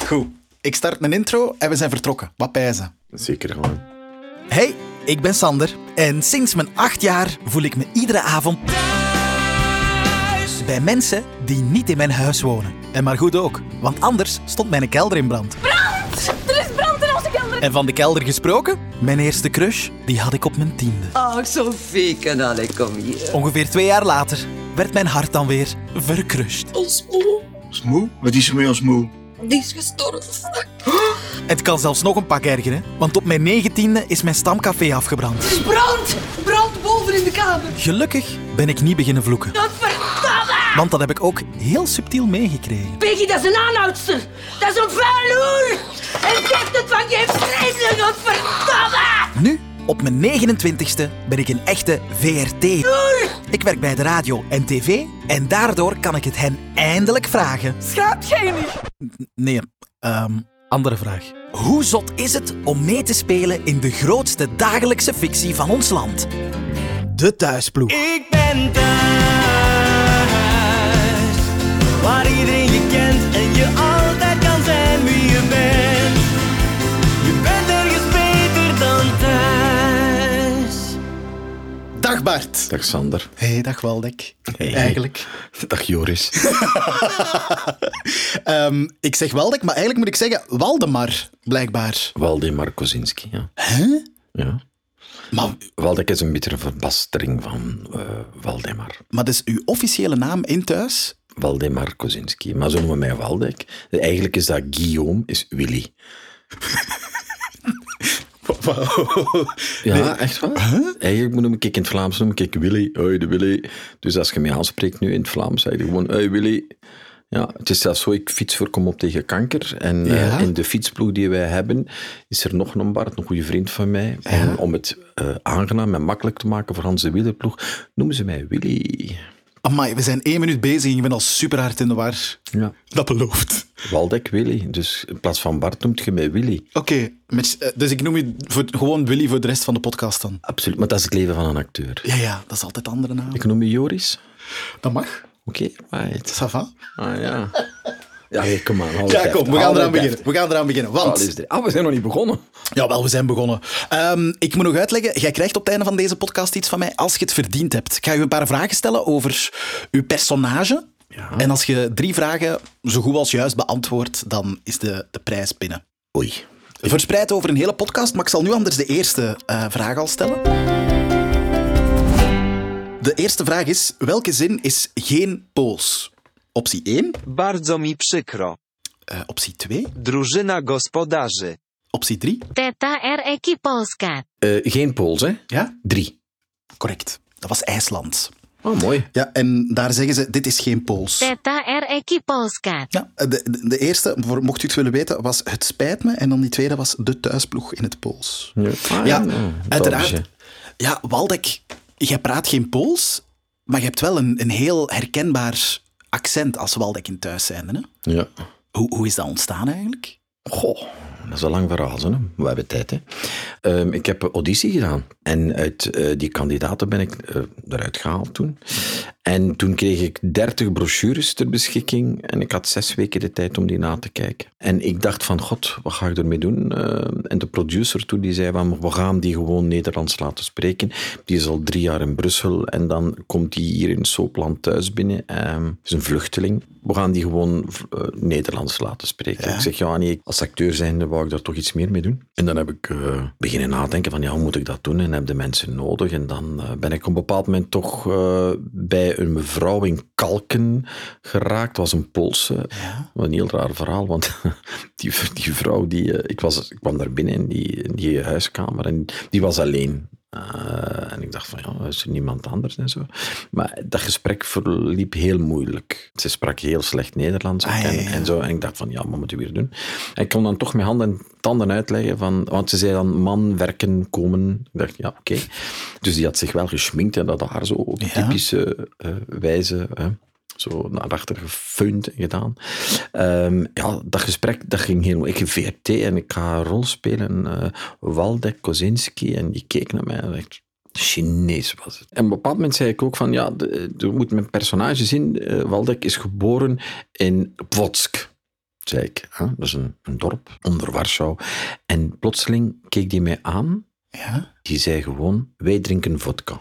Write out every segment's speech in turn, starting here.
Goed, ik start een intro en we zijn vertrokken. Wat pijzen? Zeker gewoon. Hey, ik ben Sander en sinds mijn 8 jaar voel ik me iedere avond thuis bij mensen die niet in mijn huis wonen. En maar goed ook, want anders stond mijn kelder in brand. Brand! Er is brand in onze kelder! En van de kelder gesproken, mijn eerste crush, die had ik op mijn 10e. Ach, Sophie, kom hier. Ongeveer 2 jaar later werd mijn hart dan weer verkrust. Ons moe, Smoe? Wat is er met ons moe? die is gestorven. Het kan zelfs nog een pak ergeren, want op mijn 19e is mijn stamcafé afgebrand. Er is brand! Brand boven in de kamer. Gelukkig ben ik niet beginnen vloeken, Godverdamme! want dat heb ik ook heel subtiel meegekregen. Peggy, dat is een aanhoudster. Dat is een vuil loer. En zegt het van geen vreemde, godverdamme! Nu, op mijn 29e, ben ik een echte VRT. Ik werk bij de radio en tv en daardoor kan ik het hen eindelijk vragen. Schaamt jij niet? Nee, andere vraag. Hoe zot is het om mee te spelen in de grootste dagelijkse fictie van ons land? De Thuisploeg. Ik ben thuis, waar iedereen je kent en je altijd kan zijn wie je bent. Je bent ergens beter dan thuis. Dag Bart. Dag Sander. Hey, dag Waldek. Hey. Eigenlijk. Dag Joris. Ik zeg Waldek, maar eigenlijk moet ik zeggen Waldemar, blijkbaar. Waldemar Kozinski, ja. Huh? Ja. Maar, Waldek is een bittere verbastering van Waldemar. maar dat is uw officiële naam in thuis? Waldemar Kozinski. Maar zo noemen wij Waldek. Eigenlijk is dat Guillaume, is Willy. Ja, echt waar? Eigenlijk noem ik in het Vlaams noem ik Willy. Hoi, de Willy. Dus als je mij aanspreekt nu in het Vlaams, zeg je gewoon, hoi Willy. Ja, het is zelfs zo, ik fiets voor Kom op tegen kanker. En Ja. in de fietsploeg die wij hebben, is er nog een Bart, een goede vriend van mij. En om het aangenaam en makkelijk te maken voor Hans de wielerploeg, noemen ze mij Willy. Amai, we zijn 1 minuut bezig en je bent al super hard in de war. Ja. Dat belooft. Waldek Willy. Dus in plaats van Bart noemt je mij Willy. Oké, dus ik noem je gewoon Willy voor de rest van de podcast dan. Absoluut, maar dat is het leven van een acteur. Ja, dat is altijd andere naam. Ik noem je Joris. Dat mag. Oké, right. Ça va? Ah ja. Ja, hey, come on. Ja, kom, we gaan eraan beginnen. Want, we zijn nog niet begonnen. jawel, we zijn begonnen. Ik moet nog uitleggen, jij krijgt op het einde van deze podcast iets van mij als je het verdiend hebt. Ik ga je een paar vragen stellen over uw personage. Ja. En als je 3 vragen zo goed als juist beantwoordt, dan is de prijs binnen. Oei. Verspreid over een hele podcast, maar ik zal nu anders de eerste vraag al stellen. De eerste vraag is, welke zin is geen Pools? Optie 1, Bardzo mi przykro. optie 2, Drużyna gospodarzy. optie 3. Teta Reki Polska. Geen Pools, hè? Ja, 3. correct. Dat was IJsland. Oh, mooi. Ja, en daar zeggen ze, dit is geen Pools. Teta Reki Polska. Ja, de eerste, mocht u het willen weten, was het spijt me. En dan die tweede was de thuisploeg in het Pools. Ja, Ja, uiteraard. België. Ja, Waldek, jij praat geen Pools, maar je hebt wel een heel herkenbaar accent als Waldek in thuis zijnde, hè? Ja. Hoe is dat ontstaan eigenlijk? Goh, dat is een lang verhaal, hè. We hebben tijd, hè. Ik heb auditie gedaan. En uit die kandidaten ben ik eruit gehaald toen. En toen kreeg ik 30 brochures ter beschikking. En ik had 6 weken de tijd om die na te kijken. En ik dacht van, god, wat ga ik ermee doen? En de producer toen, die zei van, we gaan die gewoon Nederlands laten spreken. Die is al 3 jaar in Brussel. En dan komt die hier in Soopland thuis binnen. Is een vluchteling. We gaan die gewoon Nederlands laten spreken. Ja. Ik zeg, ja nee, als acteur zijnde wou ik daar toch iets meer mee doen. En dan heb ik beginnen nadenken van, ja, hoe moet ik dat doen? En heb de mensen nodig. En dan ben ik op een bepaald moment toch bij een mevrouw in Kalken geraakt. Dat was een Poolse. Ja. Een heel raar verhaal, want die vrouw, ik kwam daar binnen in die huiskamer en die was alleen. En ik dacht van, ja, is er niemand anders en zo. Maar dat gesprek verliep heel moeilijk. Ze sprak heel slecht Nederlands en zo. En ik dacht van, ja, wat moet je weer doen? En ik kon dan toch met handen en tanden uitleggen van... Want ze zei dan, man, werken, komen. Ik dacht, ja, oké. Dus die had zich wel geschminkt en dat haar zo op typische wijze... zo naar achter gefeund en gedaan. Ja, dat gesprek, dat ging heel... Ik ging VRT en ik ga een rol spelen. Waldek Kozinski. En die keek naar mij en dacht... Chinees was het. En op een bepaald moment zei ik ook van... Ja, er moet mijn personage zien. Waldek is geboren in Płotsk. zei ik. Hè? Dat is een dorp onder Warschau. En plotseling keek die mij aan. Ja? Die zei gewoon, wij drinken vodka.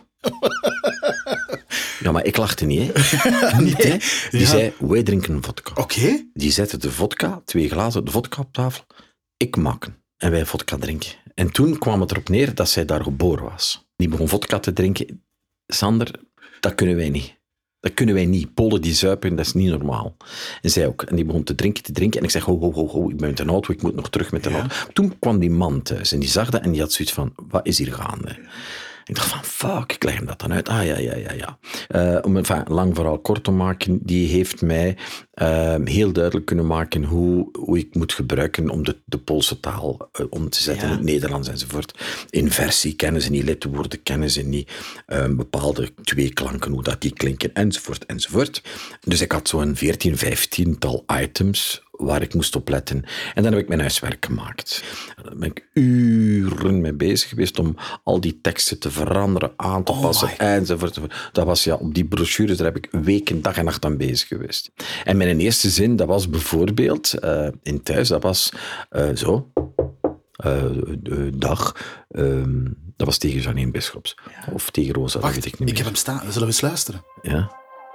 Ja, maar ik lachte niet, hè. Niet, hè. Die zei, wij drinken vodka. Oké. Die zette de vodka, 2 glazen, de vodka op tafel. Ik maken. En wij vodka drinken. En toen kwam het erop neer dat zij daar geboren was. Die begon vodka te drinken. Sander, dat kunnen wij niet. Dat kunnen wij niet. Polen die zuipen, dat is niet normaal. En zij ook. En die begon te drinken. En ik zeg, ho, ik ben met een auto, ik moet nog terug met de auto. Toen kwam die man thuis en die zag dat en die had zoiets van, wat is hier gaande? Ik dacht van, fuck, ik leg hem dat dan uit. Ja. Om een lang verhaal kort te maken, die heeft mij heel duidelijk kunnen maken hoe ik moet gebruiken om de Poolse taal om te zetten in het Nederlands enzovoort. Inversie kennen ze niet, lidwoorden kennen ze niet, bepaalde 2 klanken, hoe dat die klinken, enzovoort. Dus ik had zo'n 14, 15-tal items waar ik moest op letten. En dan heb ik mijn huiswerk gemaakt. Daar ben ik uren mee bezig geweest om al die teksten te veranderen, aan te passen, enzovoort. Dat was op die brochures, daar heb ik weken, dag en nacht aan bezig geweest. En mijn eerste zin, dat was bijvoorbeeld, in thuis, dat was zo. Dag. Dat was tegen Janine Bisschops. Of tegen Rosa, dat weet ik niet meer. Ik heb hem staan. Zullen we eens luisteren? Ja.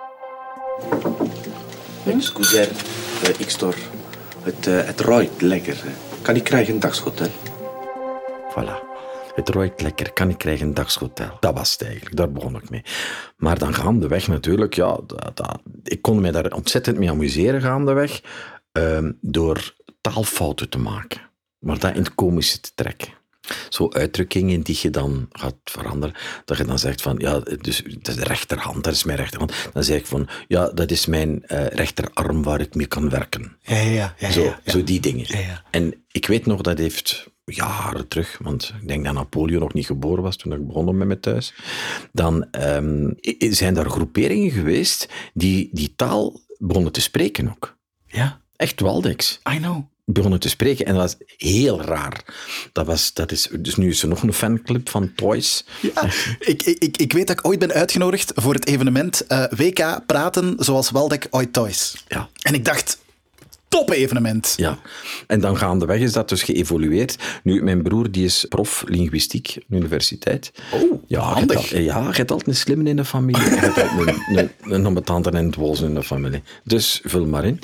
Excuseer, ik stoor. Het ruikt lekker. Kan ik krijgen een dagshotel? Voilà. Het ruikt lekker, kan ik krijgen een dagshotel? Dat was het eigenlijk, daar begon ik mee. Maar dan gaandeweg natuurlijk, ik kon mij daar ontzettend mee amuseren gaandeweg, door taalfouten te maken. Maar dat in het komische te trekken. Zo uitdrukkingen die je dan gaat veranderen, dat je dan zegt van, dus dat is de rechterhand, dat is mijn rechterhand. Dan zeg ik van, dat is mijn rechterarm waar ik mee kan werken. Ja. Zo die dingen. Ja. En ik weet nog, dat heeft jaren terug, want ik denk dat Napoleon nog niet geboren was toen ik begon met mijn thuis. Dan zijn daar groeperingen geweest die taal begonnen te spreken ook. Ja. Echt Waldex. I know. Begonnen te spreken en dat was heel raar. Dus nu is er nog een fanclub van Toys. Ja, ik weet dat ik ooit ben uitgenodigd voor het evenement WK Praten zoals Waldeck ooit Toys. Ja. En ik dacht, top evenement. Ja, en dan gaandeweg is dat dus geëvolueerd. Nu, mijn broer die is prof linguïstiek aan de universiteit. Oh, ja, handig. Je hebt altijd een slimme in de familie. Je hebt altijd een ambetanter en een dwolse in de familie. Dus vul maar in.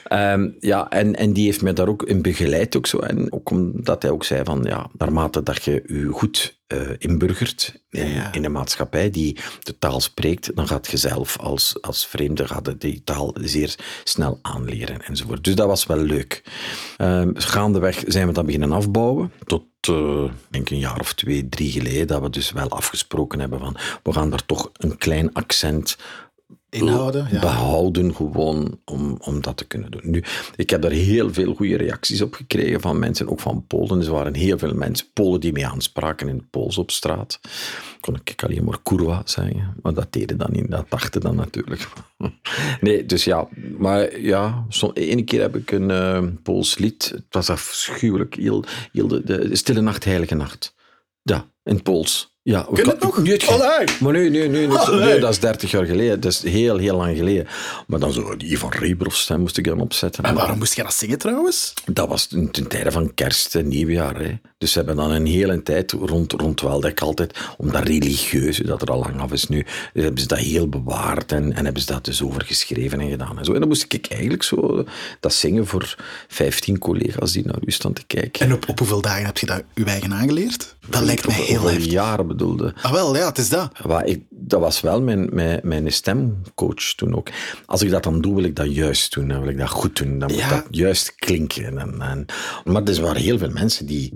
En die heeft mij daar ook in begeleid. Ook zo. En ook omdat hij ook zei van, naarmate dat je je goed inburgert in de maatschappij die de taal spreekt, dan gaat je zelf als vreemde die taal zeer snel aanleren enzovoort. Dus dat was wel leuk. Gaandeweg zijn we dat beginnen afbouwen, tot denk een jaar of 2, 3 geleden, dat we dus wel afgesproken hebben van, we gaan daar toch een klein accent inhouden, behouden gewoon om dat te kunnen doen. Nu, ik heb daar heel veel goede reacties op gekregen van mensen, ook van Polen. Dus er waren heel veel mensen, Polen, die mij aanspraken in het Pools op straat. Kon ik alleen maar kurwa zeggen, maar dat deden dan niet, dat dachten dan natuurlijk. Nee, dus maar ene keer heb ik een Pools lied, het was afschuwelijk, heel de Stille Nacht, Heilige Nacht. Ja, in het Pools. Ja, kun je het nog? Maar nee, dat is 30 jaar geleden. Dat is heel, heel lang geleden. Maar dan zo die Ivan Rebroff moest ik dan opzetten. En waarom moest je dat zingen trouwens? Dat was ten tijde van kerst en nieuwjaar. Hè. Dus ze hebben dan een hele tijd rond Waldeck altijd, om dat religieuze, dat er al lang af is nu, hebben ze dat heel bewaard en hebben ze dat dus overgeschreven en gedaan. En dan moest ik eigenlijk zo dat zingen voor 15 collega's die naar u staan te kijken. En op hoeveel dagen heb je dat uw eigen aangeleerd? Dat lijkt mij heel heftig. Jaren bedoelde. Ah wel, ja, het is dat. Dat was wel mijn stemcoach toen ook. Als ik dat dan doe, wil ik dat juist doen. Dan wil ik dat goed doen. Dan moet dat juist klinken. Maar er waren heel veel mensen die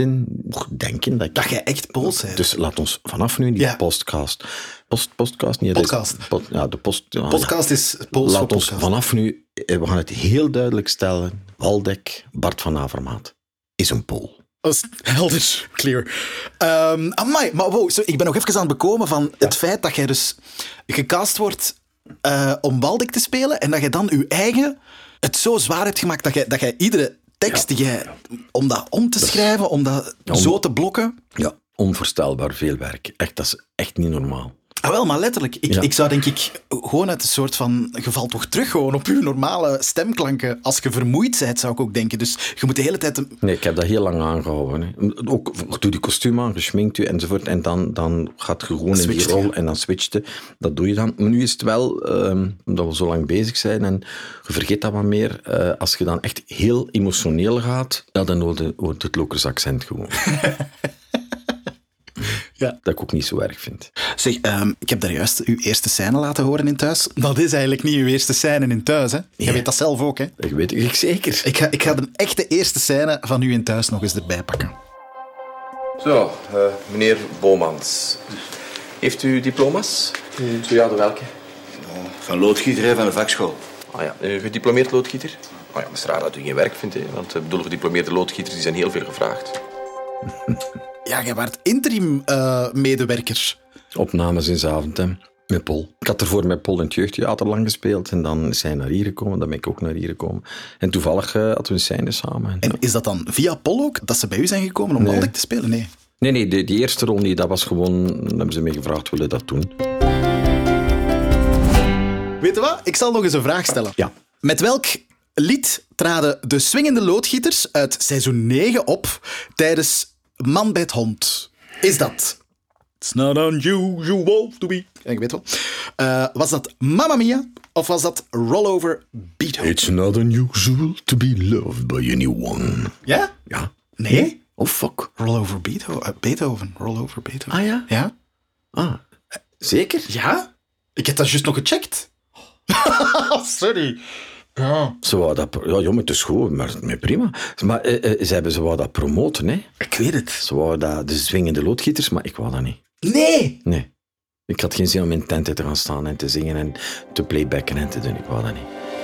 denken dat jij echt Pools bent. Dus laat ons vanaf nu die podcast... Podcast? Niet, podcast. Podcast is Pools laat voor ons podcast. vanaf nu... We gaan het heel duidelijk stellen. Waldeck, Bart van Avermaat, is een Pool. Dat is helder, clear. Amai, maar wow, ik ben nog even aan het bekomen van het feit dat jij dus gecast wordt om Waldeck te spelen en dat jij dan je eigen het zo zwaar hebt gemaakt dat jij iedere tekst die jij, om dat om te schrijven, om dat zo te blokken... Ja, onvoorstelbaar veel werk. Echt, dat is echt niet normaal. Ah, wel, maar letterlijk. Ik zou denk ik gewoon uit een soort van... Je valt toch terug gewoon op je normale stemklanken. Als je vermoeid bent, zou ik ook denken. Dus je moet de hele tijd... Nee, ik heb dat heel lang aangehouden. Hè. Ook doe die kostuum aan, gesminkt u enzovoort. En dan gaat je gewoon in die rol en dan switcht je. Dat doe je dan. Maar nu is het wel, omdat we zo lang bezig zijn en je vergeet dat wat meer. Als je dan echt heel emotioneel gaat, dan wordt het Lokers accent gewoon. Ja. Dat ik ook niet zo erg vind. Zeg, ik heb daar juist uw eerste scène laten horen in Thuis. Dat is eigenlijk niet uw eerste scène in Thuis, hè? Je weet dat zelf ook, hè? Dat weet ik zeker. Ik ga de echte eerste scène van u in Thuis nog eens erbij pakken. Zo, meneer Bomans. Heeft u diploma's? Zo ja, de welke? Van loodgieter en van de vakschool. Ah ja, gediplomeerd loodgieter? Ah ja, maar het is raar dat u geen werk vindt, hè. Want gediplomeerde loodgieters die zijn heel veel gevraagd. Ja, jij waart interim-medewerker. Opnames in Zaventem met Paul. Ik had ervoor met Paul in het jeugdtheater lang gespeeld en dan is hij naar hier gekomen, dan ben ik ook naar hier gekomen. En toevallig hadden we een scène samen. En is dat dan via Paul ook, dat ze bij u zijn gekomen om Waldeck te spelen? Nee. Nee, die eerste rol niet. Dat was gewoon, dan hebben ze mij gevraagd, willen dat doen? Weet je wat? Ik zal nog eens een vraag stellen. Ja. Met welk lied traden de swingende loodgieters uit seizoen 9 op tijdens Man bij het Hond? Is dat... It's not unusual to be... Ja, ik weet wel. Was dat Mamma Mia of was dat Rollover Beethoven? It's not unusual to be loved by anyone. Ja? Ja. Nee? Oh, fuck. Rollover Beethoven. Rollover Beethoven. Ah, ja? Ja? Ah, zeker? Ja? Ik heb dat juist nog gecheckt. Sorry. Ja. Ze wou dat... Ja, jongen, het is goed, maar prima. Maar ze wou dat promoten, hè. Ik weet het. Ze wou dat, de zwingende loodgieters, maar ik wou dat niet. Nee! Nee. Ik had geen zin om in tenten te gaan staan en te zingen en te playbacken en te doen. Ik wou dat niet.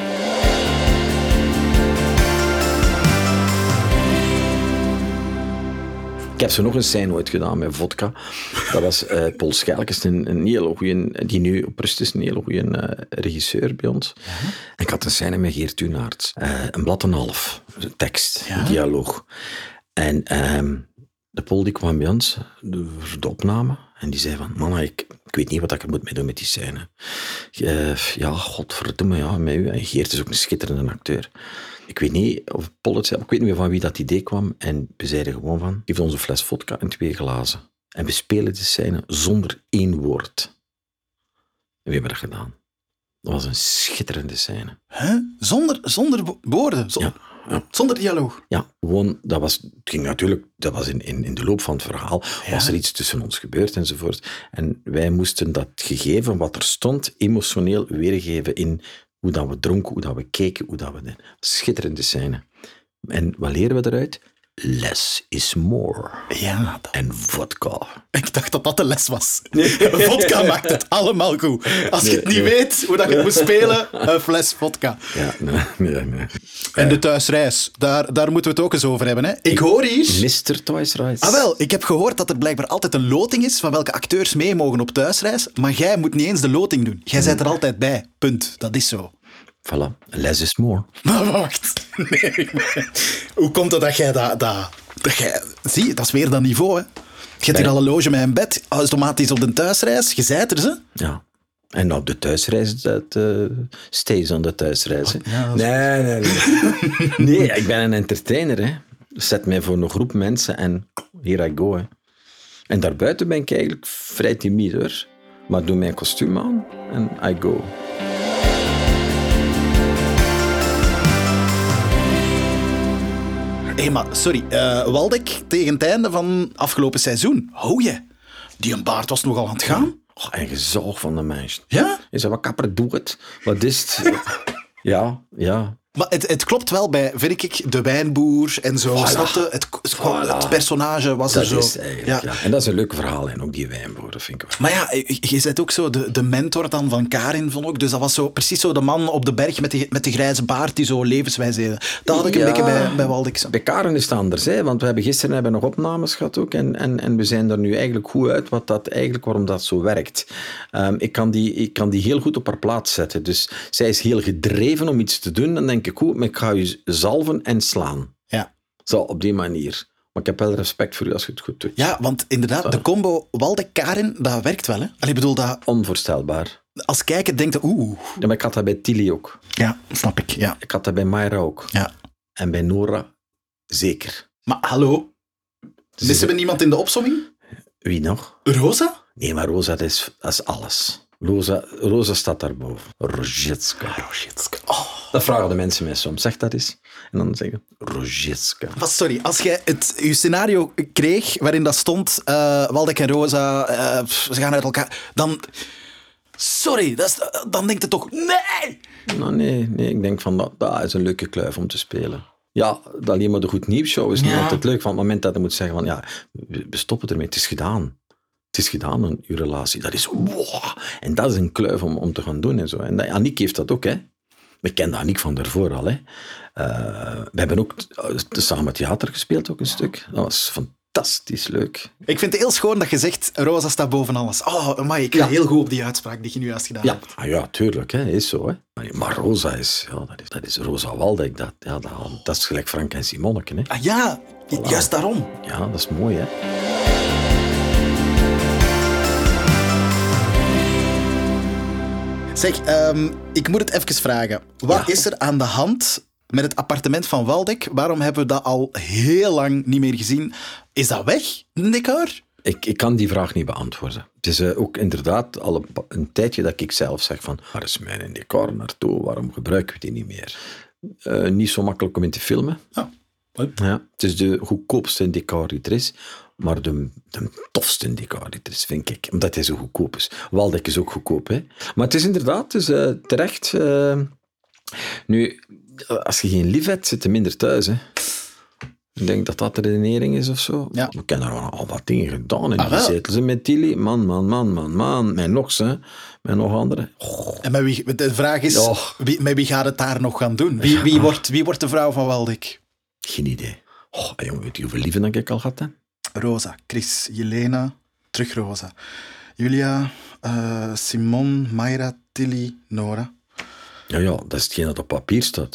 Ik heb zo nog een scène ooit gedaan met vodka. Dat was Paul Schelkes, een hele goeie, die nu op rust is, een hele goede regisseur bij ons. Ja. En ik had een scène met Geert Tunaerts. Een blad en een half, een tekst, een dialoog. En de Paul die kwam bij ons, voor de opname, en die zei van, man, ik weet niet wat ik er moet mee doen met die scène. Ja, godverdomme, ja, met u. En Geert is ook een schitterende acteur. Ik weet niet of Paul het zei, ik weet niet meer van wie dat idee kwam. En we zeiden gewoon van, geef ons een fles vodka en 2 glazen. En we spelen de scène zonder 1 woord. En we hebben dat gedaan. Dat was een schitterende scène. Huh? Zonder woorden? Ja. Zonder dialoog? Ja, gewoon, het ging natuurlijk, dat was in de loop van het verhaal, was er iets tussen ons gebeurd enzovoort. En wij moesten dat gegeven wat er stond, emotioneel weergeven in hoe dat we dronken, hoe dat we keken, hoe dat we... Schitterende scène. En wat leren we eruit? Less is more. Ja. En vodka. Ik dacht dat dat de les was. Nee. Vodka maakt het allemaal goed. Als je het niet weet hoe dat je het moet spelen, een fles vodka. Ja, nee. En de thuisreis, daar moeten we het ook eens over hebben. Hè? Ik hoor hier... Mr. Thuisreis. Ah wel, ik heb gehoord dat er blijkbaar altijd een loting is van welke acteurs mee mogen op thuisreis, maar jij moet niet eens de loting doen. Jij bent er altijd bij. Punt. Dat is zo. Voilà, less is more. Maar wacht. Nee, hoe komt het dat jij dat zie, dat is weer dat niveau, hè. Je hebt hier al een loge met een bed, automatisch op de thuisreis, je zijt er, ze. Ja. En op de thuisreis, stays on de thuisreis. Ja, nee. Nee, ik ben een entertainer, hè. Zet mij voor een groep mensen en here I go, hè. En daarbuiten ben ik eigenlijk vrij timide, hoor. Maar doe mijn kostuum aan en I go. Hé, maar sorry, Waldeck tegen het einde van afgelopen seizoen. Hou je? Die een baard was nogal aan het gaan. Oh, en gezoog van de meisje. Ja? Je zei, wat kapper, doe het. Wat is het? Ja. Maar het klopt wel bij, vind ik, de wijnboer en zo. Voilà. Snapte? Het personage was dat er zo. Is het eigenlijk, ja. En dat is een leuk verhaal, en ook die wijnboer, dat vind ik wel. Maar ja, je bent ook zo de mentor dan van Karin, vond ik. Dus dat was zo, precies zo de man op de berg met de grijze baard die zo levenswijze deden. Dat had ik een beetje bij Waldeck. Bij Karin is het anders, hè? Want we hebben nog opnames gehad ook. En we zijn er nu eigenlijk goed uit waarom dat zo werkt. Ik kan die heel goed op haar plaats zetten. Dus zij is heel gedreven om iets te doen. Dan denk ik, goed, maar ik ga je zalven en slaan. Ja. Zo, op die manier. Maar ik heb wel respect voor u als je het goed doet. Ja, want inderdaad, de combo Waldeck-Karin, dat werkt wel, hè? Allee, bedoel, dat Onvoorstelbaar. als kijker denkt je, oeh. Ja, maar ik had dat bij Tilly ook. Ja, snap ik, ja. Ik had dat bij Mayra ook. Ja. En bij Nora zeker. Maar hallo? Missen we niemand in de opsomming? Wie nog? Rosa? Nee, maar Rosa, dat is alles. Rosa staat daarboven. Rozhitska. Oh. Dat vragen de mensen mij soms. Zeg dat eens. En dan zeggen Rozhitska. Sorry, als jij uw scenario kreeg waarin dat stond, Waldeck en Rosa, ze gaan uit elkaar, dan... Sorry, dan denkt het toch, nee! Nou, nee, ik denk van, dat is een leuke kluif om te spelen. Ja, dat alleen maar de Goed Nieuws show is niet altijd leuk. Van het moment dat je moet zeggen van, ja, we stoppen ermee, het is gedaan. Het is gedaan, uw relatie. Dat is wow. En dat is een kluif om te gaan doen en zo. En Aniek heeft dat ook, hè. We kenden Aniek van daarvoor al, hè. We hebben ook samen theater gespeeld, ook een stuk. Dat was fantastisch leuk. Ik vind het heel schoon dat je zegt, Rosa staat boven alles. Oh, amai, ik ga heel goed op die uitspraak die je nu juist gedaan hebt. Ja, tuurlijk, hè, is zo. Hè. Maar Rosa is, dat is Rosa Waldeck. Dat is gelijk Frank en Simonneke. Hè. Ah ja, voilà. Juist daarom. Ja, dat is mooi, hè. Zeg, ik moet het even vragen. Wat is er aan de hand met het appartement van Waldeck? Waarom hebben we dat al heel lang niet meer gezien? Is dat weg, een decor? Ik kan die vraag niet beantwoorden. Het is ook inderdaad al een tijdje dat ik zelf zeg van, waar is mijn decor naartoe? Waarom gebruiken we die niet meer? Niet zo makkelijk om in te filmen. Ja, het is de goedkoopste decor die er is, maar de tofste decor die er is, vind ik. Omdat hij zo goedkoop is. Waldeck is ook goedkoop, hè. Maar het is inderdaad, het is terecht. Nu, als je geen lief hebt, zit je minder thuis, hè. Ik denk dat dat de redenering is of zo. Ja. We hebben er al wat dingen gedaan in die zetels. Met Tilly, man. Met nog ze, met nog anderen. Oh. En met wie, de vraag is, met wie gaat het daar nog gaan doen? Wie wordt de vrouw van Waldeck? Geen idee. Oh, jongen, weet je hoeveel lieven dat ik al had, hè? Rosa, Chris, Jelena, terug Rosa. Julia, Simon, Mayra, Tilly, Nora. Ja, dat is hetgeen dat op papier staat.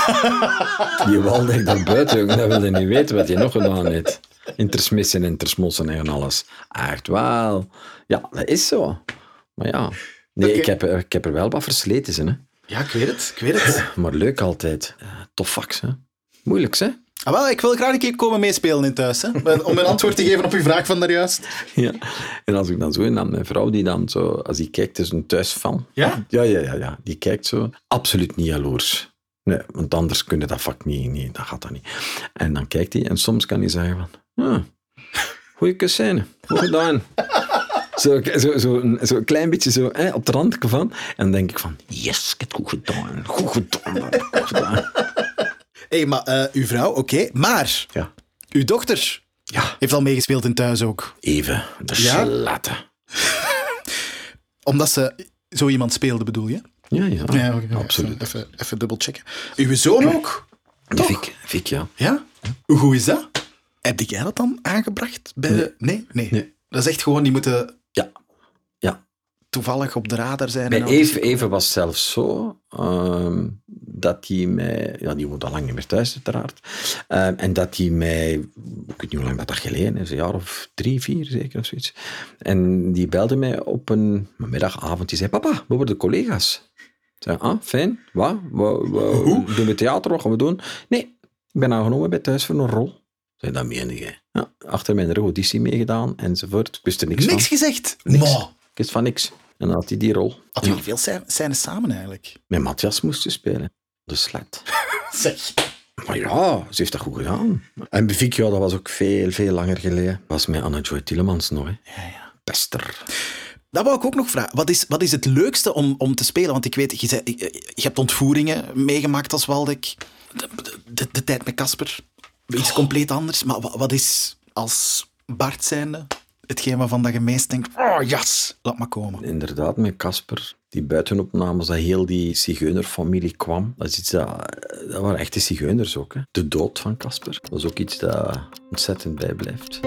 Die Waldeck daar buiten, jongen, dat wil je niet weten wat je nog gedaan heeft. Intersmissen, intersmossen en alles. Echt wel. Ja, dat is zo. Maar ja, nee, ik heb er wel wat versleten in, hè. Ja, ik weet het. Maar leuk altijd. Tof vak, hè. Moeilijks, hè. Ah, wel, ik wil graag een keer komen meespelen in thuis, hè? Om een antwoord te geven op uw vraag van daarjuist. Ja, en als ik dan zo in, dan mijn vrouw die dan zo, als die kijkt, is een thuisfan. Ja? Ja, die kijkt zo. Absoluut niet jaloers. Nee, want anders kun je dat vak niet, dat gaat dat niet. En dan kijkt hij en soms kan hij zeggen van, goeie kussijn, goed gedaan. Zo een klein beetje zo, op de rand van. En dan denk ik van, yes, ik heb het goed gedaan. Hé, maar uw vrouw, oké. Maar uw dochter heeft al meegespeeld in thuis ook. Even, de slatten. Omdat ze zo iemand speelde, bedoel je? Ja, okay. Absoluut. Even dubbelchecken. Uw zoon ook? Vic, ja. Ja? Hoe goed is dat? Heb jij dat dan aangebracht? Nee. Dat is echt gewoon, die moeten... Ja. Toevallig op de radar zijn. Bij Eve was het zelfs zo dat hij mij... Ja, die woont al lang niet meer thuis, uiteraard. En dat hij mij... Ik weet niet hoe lang dat geleden is. Een jaar of 3, 4 zeker, of zoiets. En die belde mij op een middagavond. Die zei, papa, we worden collega's. Ik zei, fijn. Wat? Doen we theater? Wat gaan we doen? Nee, ik ben aangenomen bij thuis voor een rol. Ik zei, dat meen jij? Ja, achter mijn auditie meegedaan, enzovoort. Ik wist er niks van. Niks gezegd? Niks. Ik wist van niks. En dan had hij die rol. Had jullie veel scènes samen eigenlijk? Met Matthias moesten spelen. De slet. Zeg. Maar ja, ze heeft dat goed gedaan. En bij Vic, dat was ook veel, veel langer geleden. Dat was met Anna-Joy Tielemans nog, hè. Ja. Pester. Dat wou ik ook nog vragen. Wat is het leukste om te spelen? Want ik weet, je hebt ontvoeringen meegemaakt als Waldeck. De tijd met Casper. Iets compleet anders. Maar wat is als Bart zijnde hetgeen waarvan dat je meest denkt, yes, laat maar komen. Inderdaad, met Casper, die buitenopnames, dat heel die zigeunerfamilie kwam. Dat is iets dat waren echte zigeuners ook. Hè. De dood van Casper, dat is ook iets dat ontzettend bijblijft.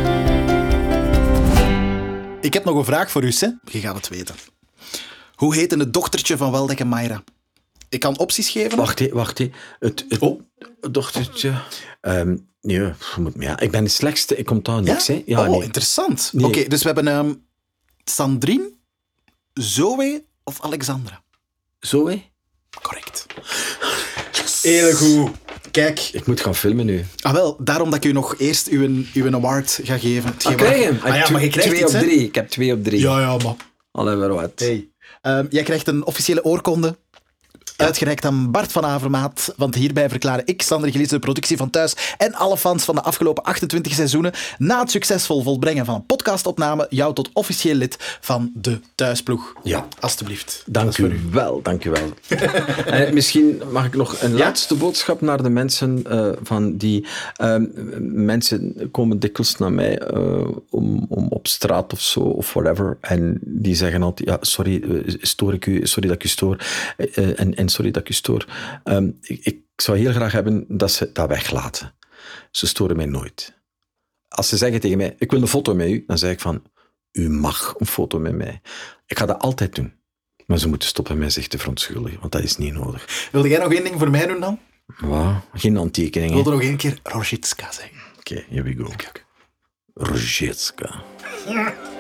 Ik heb nog een vraag voor u, hè. Je gaat het weten. Hoe heette het dochtertje van Waldeck en Mayra? Ik kan opties geven. Wacht. Het dochtertje... nee, ik ben de slechtste. Ik kom daar niks. Ja? Hè. Ja, nee. Interessant. Nee. Oké, dus we hebben Sandrine, Zoe of Alexandra? Zo, hè? Correct. Heel goed. Kijk. Ik moet gaan filmen nu. Wel, daarom dat ik u nog eerst uw award ga geven. Krijg hem? Maar je krijgt 2 op 3. Ik heb 2 op 3. Ja, maar... Allee, weer wat. Hey. Jij krijgt een officiële oorkonde. Uitgereikt aan Bart van Avermaat. Want hierbij verklaar ik, Sander Gillissen, de productie van Thuis en alle fans van de afgelopen 28 seizoenen na het succesvol volbrengen van een podcastopname jou tot officieel lid van de Thuisploeg. Ja. Alsjeblieft. Dank u wel. Misschien mag ik nog een laatste boodschap naar de mensen van die... mensen komen dikwijls naar mij om op straat of zo, of whatever, en die zeggen altijd, ja, sorry, stoor ik u, sorry dat ik u stoor, en sorry dat ik u stoor. Ik zou heel graag hebben dat ze dat weglaten. Ze storen mij nooit. Als ze zeggen tegen mij, ik wil een foto met u, dan zeg ik van, u mag een foto met mij. Ik ga dat altijd doen. Maar ze moeten stoppen met zich te verontschuldigen, want dat is niet nodig. Wilde jij nog één ding voor mij doen dan? Wat? Geen handtekeningen. Ik wilde nog één keer Rojitska zeggen. Oké, here we go. Rojitska.